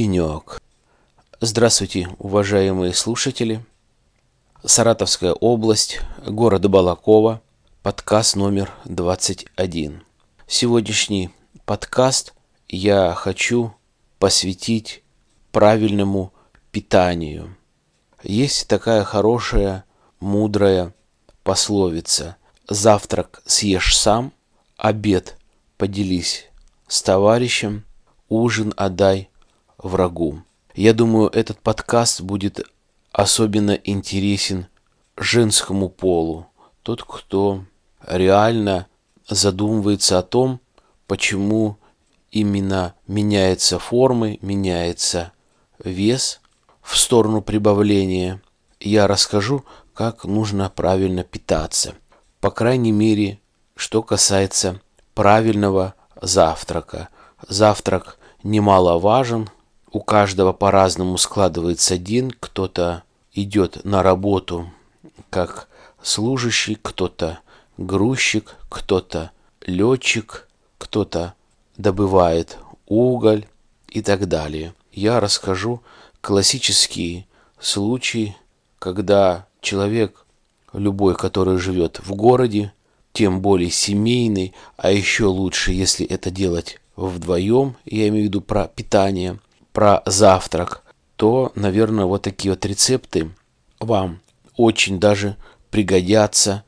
денек. Здравствуйте, уважаемые слушатели. Саратовская область, город Балаково, подкаст номер 21. Сегодняшний подкаст я хочу посвятить правильному питанию. Есть такая хорошая, мудрая пословица: завтрак съешь сам, обед поделись с товарищем, ужин отдай врагу. Я думаю, этот подкаст будет особенно интересен женскому полу. Тот, кто реально задумывается о том, почему именно меняются формы, меняется вес в сторону прибавления. Я расскажу, как нужно правильно питаться. По крайней мере, что касается правильного завтрака. Завтрак немаловажен. У каждого по-разному складывается день. Кто-то идет на работу как служащий, кто-то грузчик, кто-то летчик, кто-то добывает уголь и так далее. Я расскажу классический случай, когда человек, любой, который живет в городе, тем более семейный, а еще лучше, если это делать вдвоем, я имею в виду про питание, про завтрак, то, наверное, вот такие вот рецепты вам очень даже пригодятся,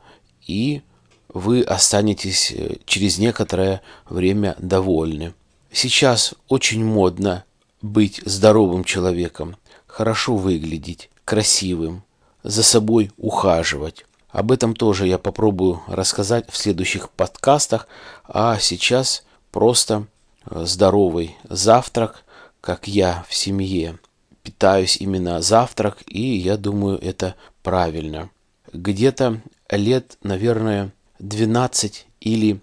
и вы останетесь через некоторое время довольны. Сейчас очень модно быть здоровым человеком, хорошо выглядеть, красивым, за собой ухаживать. Об этом тоже я попробую рассказать в следующих подкастах, а сейчас просто здоровый завтрак, как я в семье питаюсь именно завтрак, и я думаю, это правильно. Где-то лет, наверное, 12 или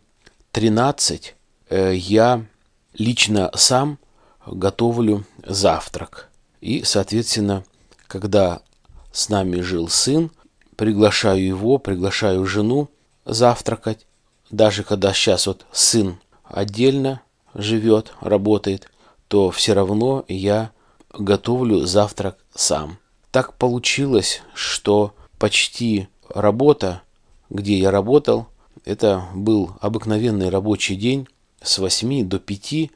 13 я лично сам готовлю завтрак. И, соответственно, когда с нами жил сын, приглашаю жену завтракать. Даже когда сейчас вот сын отдельно живет, работает, то все равно я готовлю завтрак сам. Так получилось, что почти работа, где я работал, это был обыкновенный рабочий день с 8 до 5,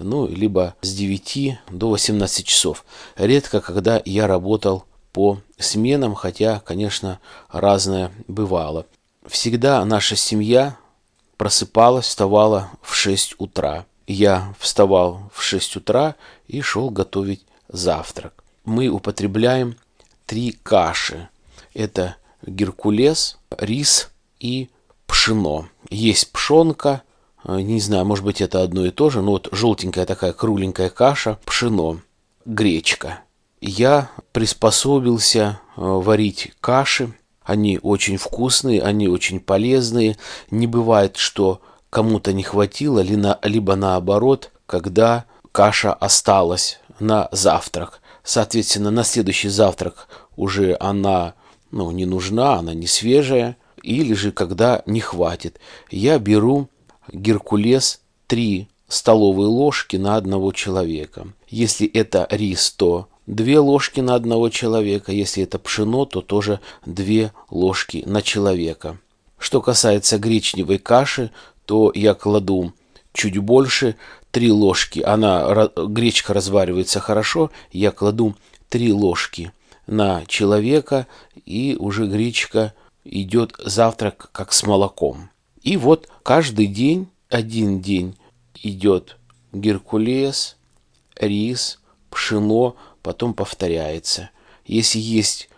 либо с 9 до 18 часов. Редко, когда я работал по сменам, хотя, конечно, разное бывало. Всегда наша семья просыпалась, вставала в 6 утра. Я вставал в 6 утра и шел готовить завтрак. Мы употребляем 3 каши. Это геркулес, рис и пшено. Есть пшенка, не знаю, может быть, это одно и то же, но вот желтенькая такая кругленькая каша, пшено, гречка. Я приспособился варить каши. Они очень вкусные, они очень полезные. Не бывает, что кому-то не хватило, либо наоборот, когда каша осталась на завтрак. Соответственно, на следующий завтрак уже она не нужна, она не свежая. Или же когда не хватит. Я беру геркулес 3 столовые ложки на одного человека. Если это рис, то 2 ложки на одного человека. Если это пшено, то тоже 2 ложки на человека. Что касается гречневой каши, то я кладу чуть больше, 3 ложки. Гречка разваривается хорошо, я кладу 3 ложки на человека, и уже гречка идет завтрак как с молоком. И вот каждый день, один день идет геркулес, рис, пшено, потом повторяется. Если есть,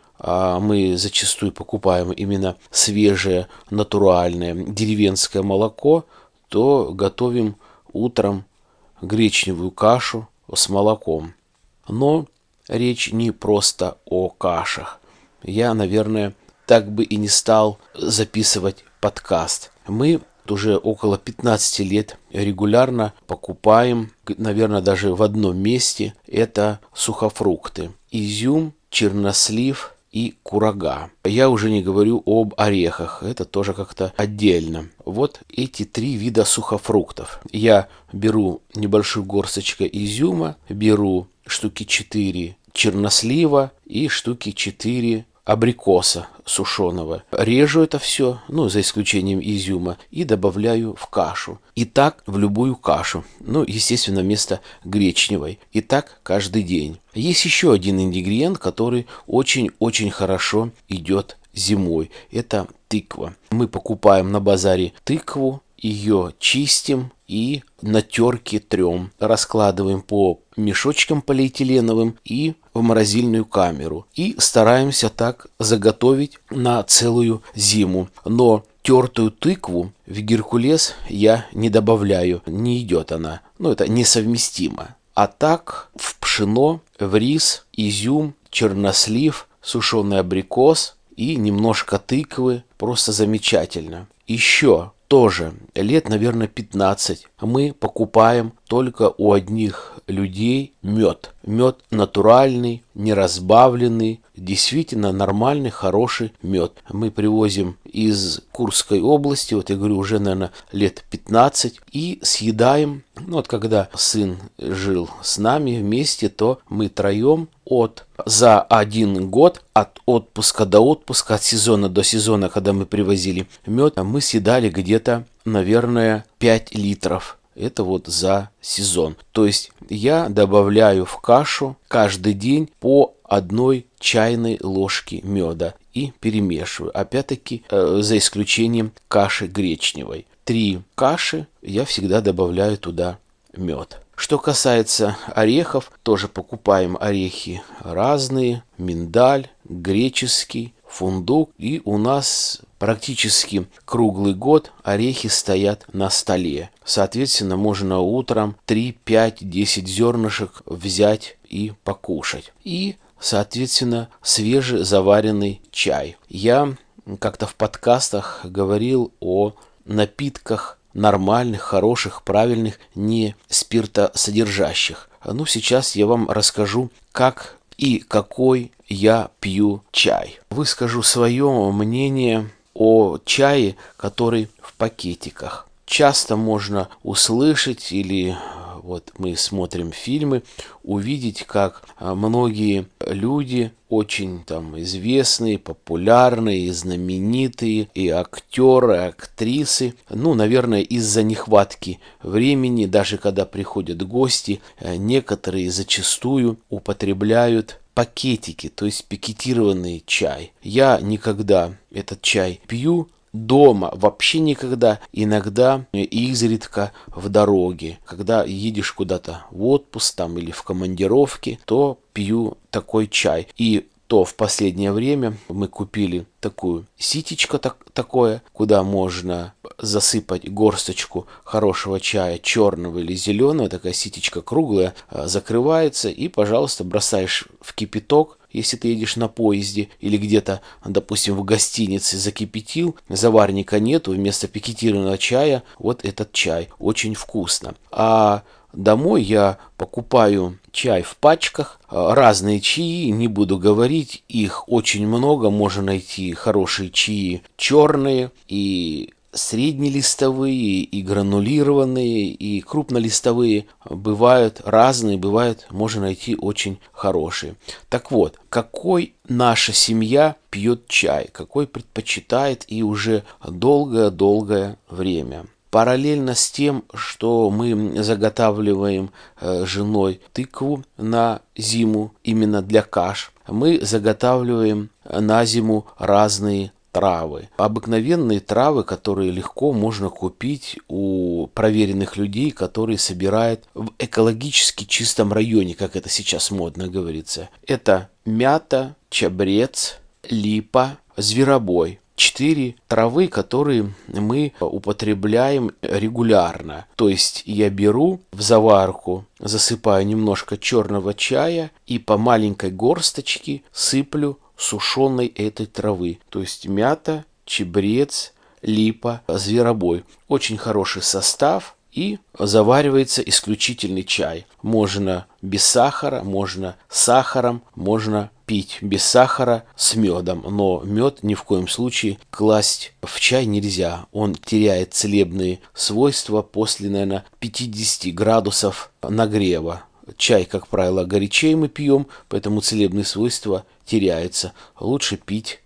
мы зачастую покупаем именно свежее, натуральное, деревенское молоко, то готовим утром гречневую кашу с молоком. Но речь не просто о кашах. Я, наверное, так бы и не стал записывать подкаст. Мы уже около 15 лет регулярно покупаем, наверное, даже в одном месте, это сухофрукты. Изюм, чернослив и курага. Я уже не говорю об орехах, это тоже как-то отдельно. Вот эти 3 вида сухофруктов. Я беру небольшую горсточку изюма, беру штуки 4 чернослива и штуки 4 абрикоса сушеного. Режу это все, за исключением изюма, и добавляю в кашу. И так в любую кашу. Естественно, вместо гречневой. И так каждый день. Есть еще один ингредиент, который очень-очень хорошо идет зимой. Это тыква. Мы покупаем на базаре тыкву, ее чистим и на терке трем. Раскладываем по мешочкам полиэтиленовым и в морозильную камеру. И стараемся так заготовить на целую зиму. Но тертую тыкву в геркулес я не добавляю. Не идет она. Это несовместимо. А так в пшено, в рис, изюм, чернослив, сушеный абрикос и немножко тыквы. Просто замечательно. Еще тоже лет, наверное, 15 мы покупаем только у одних людей мед. Мед натуральный, не разбавленный, действительно нормальный, хороший мед. Мы привозим из Курской области, я говорю, уже, наверное, лет 15, и съедаем. Когда сын жил с нами вместе, то мы троем за 1 год от отпуска до отпуска, от сезона до сезона, когда мы привозили мед, мы съедали где-то, наверное, 5 литров. Это за сезон. То есть я добавляю в кашу каждый день по 1 чайной ложке меда и перемешиваю. Опять-таки, за исключением каши гречневой. 3 каши я всегда добавляю туда мед. Что касается орехов, тоже покупаем орехи разные. Миндаль, греческий, фундук. И у нас практически круглый год орехи стоят на столе. Соответственно, можно утром 3, 5, 10 зернышек взять и покушать. И, соответственно, свежезаваренный чай. Я как-то в подкастах говорил о напитках нормальных, хороших, правильных, не спиртосодержащих. Сейчас я вам расскажу, как и какой я пью чай. Выскажу свое мнение о чае, который в пакетиках. Часто можно услышать или мы смотрим фильмы, увидеть, как многие люди, очень известные, популярные, и знаменитые, и актеры, и актрисы, наверное, из-за нехватки времени, даже когда приходят гости, некоторые зачастую употребляют пакетики, то есть пакетированный чай. Я никогда этот чай пью дома, вообще никогда, иногда изредка в дороге. Когда едешь куда-то в отпуск или в командировке, то пью такой чай. И то в последнее время мы купили такую ситечко такое, куда можно засыпать горсточку хорошего чая, черного или зеленого. Такая ситечка круглая, закрывается и, пожалуйста, бросаешь в кипяток. Если ты едешь на поезде или где-то, допустим, в гостинице, закипятил, заварника нету, вместо пакетированного чая этот чай. Очень вкусно. А домой я покупаю чай в пачках, разные чаи, не буду говорить, их очень много, можно найти хорошие чаи черные и среднелистовые, и гранулированные, и крупнолистовые. Бывают разные, можно найти очень хорошие. Так вот, какой наша семья пьет чай, какой предпочитает и уже долгое-долгое время. Параллельно с тем, что мы заготавливаем с женой тыкву на зиму именно для каш, мы заготавливаем на зиму разные травы. Обыкновенные травы, которые легко можно купить у проверенных людей, которые собирают в экологически чистом районе, как это сейчас модно говорится. Это мята, чабрец, липа, зверобой. 4 травы, которые мы употребляем регулярно. То есть я беру в заварку, засыпаю немножко черного чая и по маленькой горсточке сыплю сушеной этой травы. То есть мята, чабрец, липа, зверобой. Очень хороший состав. И заваривается исключительный чай. Можно без сахара, можно с сахаром, можно пить без сахара с медом. Но мед ни в коем случае класть в чай нельзя. Он теряет целебные свойства после, наверное, 50 градусов нагрева. чай, как правило, горячей мы пьем, поэтому целебные свойства теряются. Лучше пить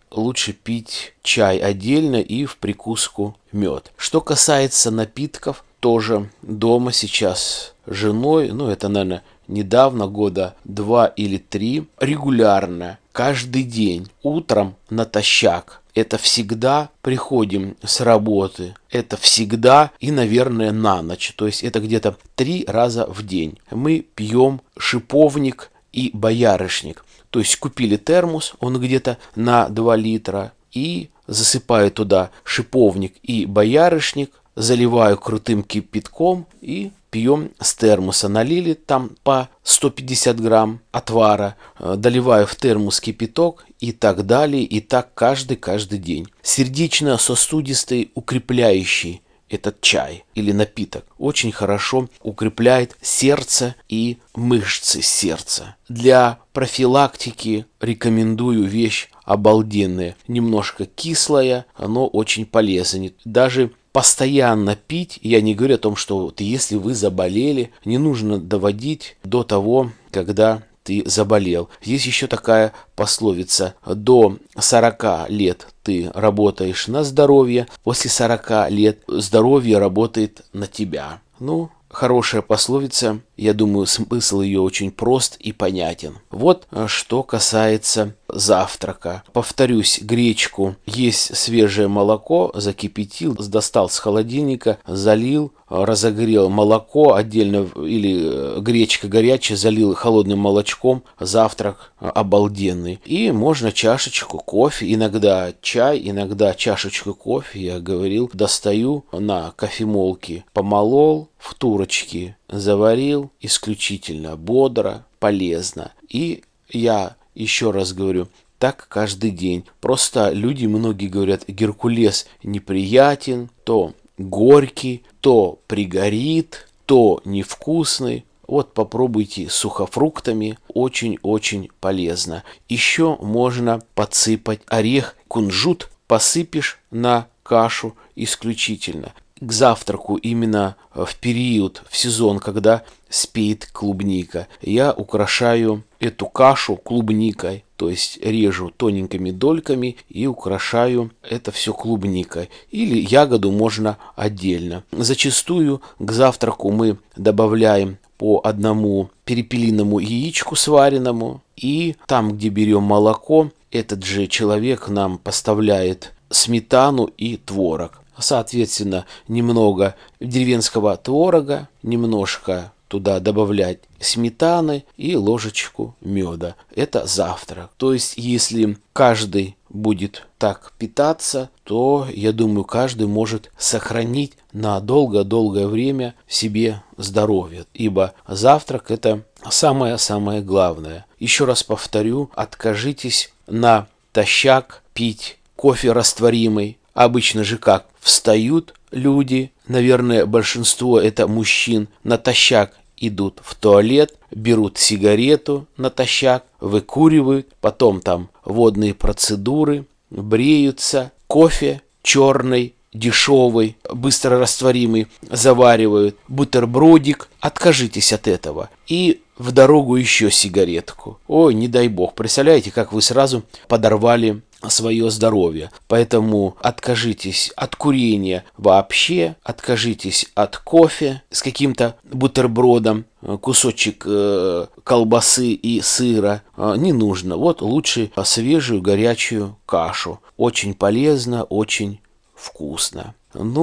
чай отдельно и в прикуску мед. Что касается напитков, тоже дома сейчас с женой, это, наверное, недавно, года 2 или 3, регулярно, каждый день, утром натощак. Это всегда приходим с работы, это всегда и, наверное, на ночь. То есть это где-то 3 раза в день. Мы пьем шиповник и боярышник. То есть купили термос, он где-то на 2 литра, и засыпаю туда шиповник и боярышник, заливаю крутым кипятком и пьем с термоса. Налили там по 150 грамм отвара, доливаю в термос кипяток и так далее. И так каждый день. Сердечно-сосудистый укрепляющий этот чай или напиток очень хорошо укрепляет сердце и мышцы сердца. Для профилактики рекомендую вещь обалденная. Немножко кислая, но очень полезно. Даже постоянно пить, я не говорю о том, что если вы заболели, не нужно доводить до того, когда ты заболел. Есть еще такая пословица: до 40 лет ты работаешь на здоровье, после 40 лет здоровье работает на тебя. Хорошая пословица, я думаю, смысл ее очень прост и понятен. Вот что касается завтрака. Повторюсь, гречку: есть свежее молоко, закипятил, достал с холодильника, залил, разогрел молоко отдельно, или гречка горячая, залил холодным молочком, завтрак обалденный. И можно чашечку кофе, иногда чай, иногда чашечку кофе, я говорил, достаю на кофемолке, помолол, в турочке заварил, исключительно бодро, полезно. И я еще раз говорю, так каждый день. Просто люди, многие говорят, Геркулес неприятен, то горький, то пригорит, то невкусный. Вот попробуйте с сухофруктами, очень-очень полезно. Еще можно подсыпать орех, кунжут, посыпешь на кашу исключительно. К завтраку, именно в период, в сезон, когда спеет клубника, я украшаю эту кашу клубникой, то есть режу тоненькими дольками и украшаю это все клубникой. Или ягоду можно отдельно. Зачастую к завтраку мы добавляем по одному перепелиному яичку сваренному, и там, где берем молоко, этот же человек нам поставляет сметану и творог. Соответственно, немного деревенского творога, немножко туда добавлять сметаны и ложечку меда. Это завтрак. То есть, если каждый будет так питаться, то, я думаю, каждый может сохранить на долгое-долгое время себе здоровье. Ибо завтрак – это самое-самое главное. Еще раз повторю, откажитесь натощак пить кофе растворимый. Обычно же как? Встают люди, наверное, большинство это мужчин, натощак идут в туалет, берут сигарету натощак, выкуривают, потом там водные процедуры, бреются, кофе черный, дешевый, быстро растворимый заваривают, бутербродик. Откажитесь от этого. И в дорогу еще сигаретку. Ой, не дай бог. Представляете, как вы сразу подорвали свое здоровье. Поэтому откажитесь от курения вообще, откажитесь от кофе с каким-то бутербродом, кусочек колбасы и сыра не нужно. Вот лучше свежую горячую кашу. Очень полезно, очень вкусно.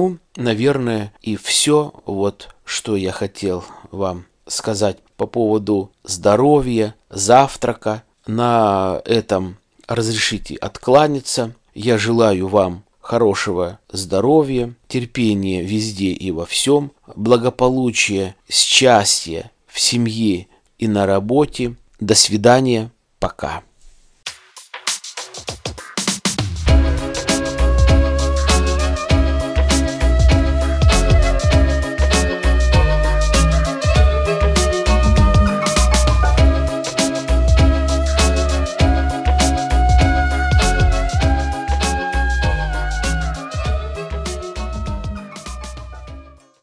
Наверное, и все, вот что я хотел вам сказать по поводу здоровья, завтрака. На этом разрешите откланяться. Я желаю вам хорошего здоровья, терпения везде и во всем, благополучия, счастья в семье и на работе. До свидания. Пока.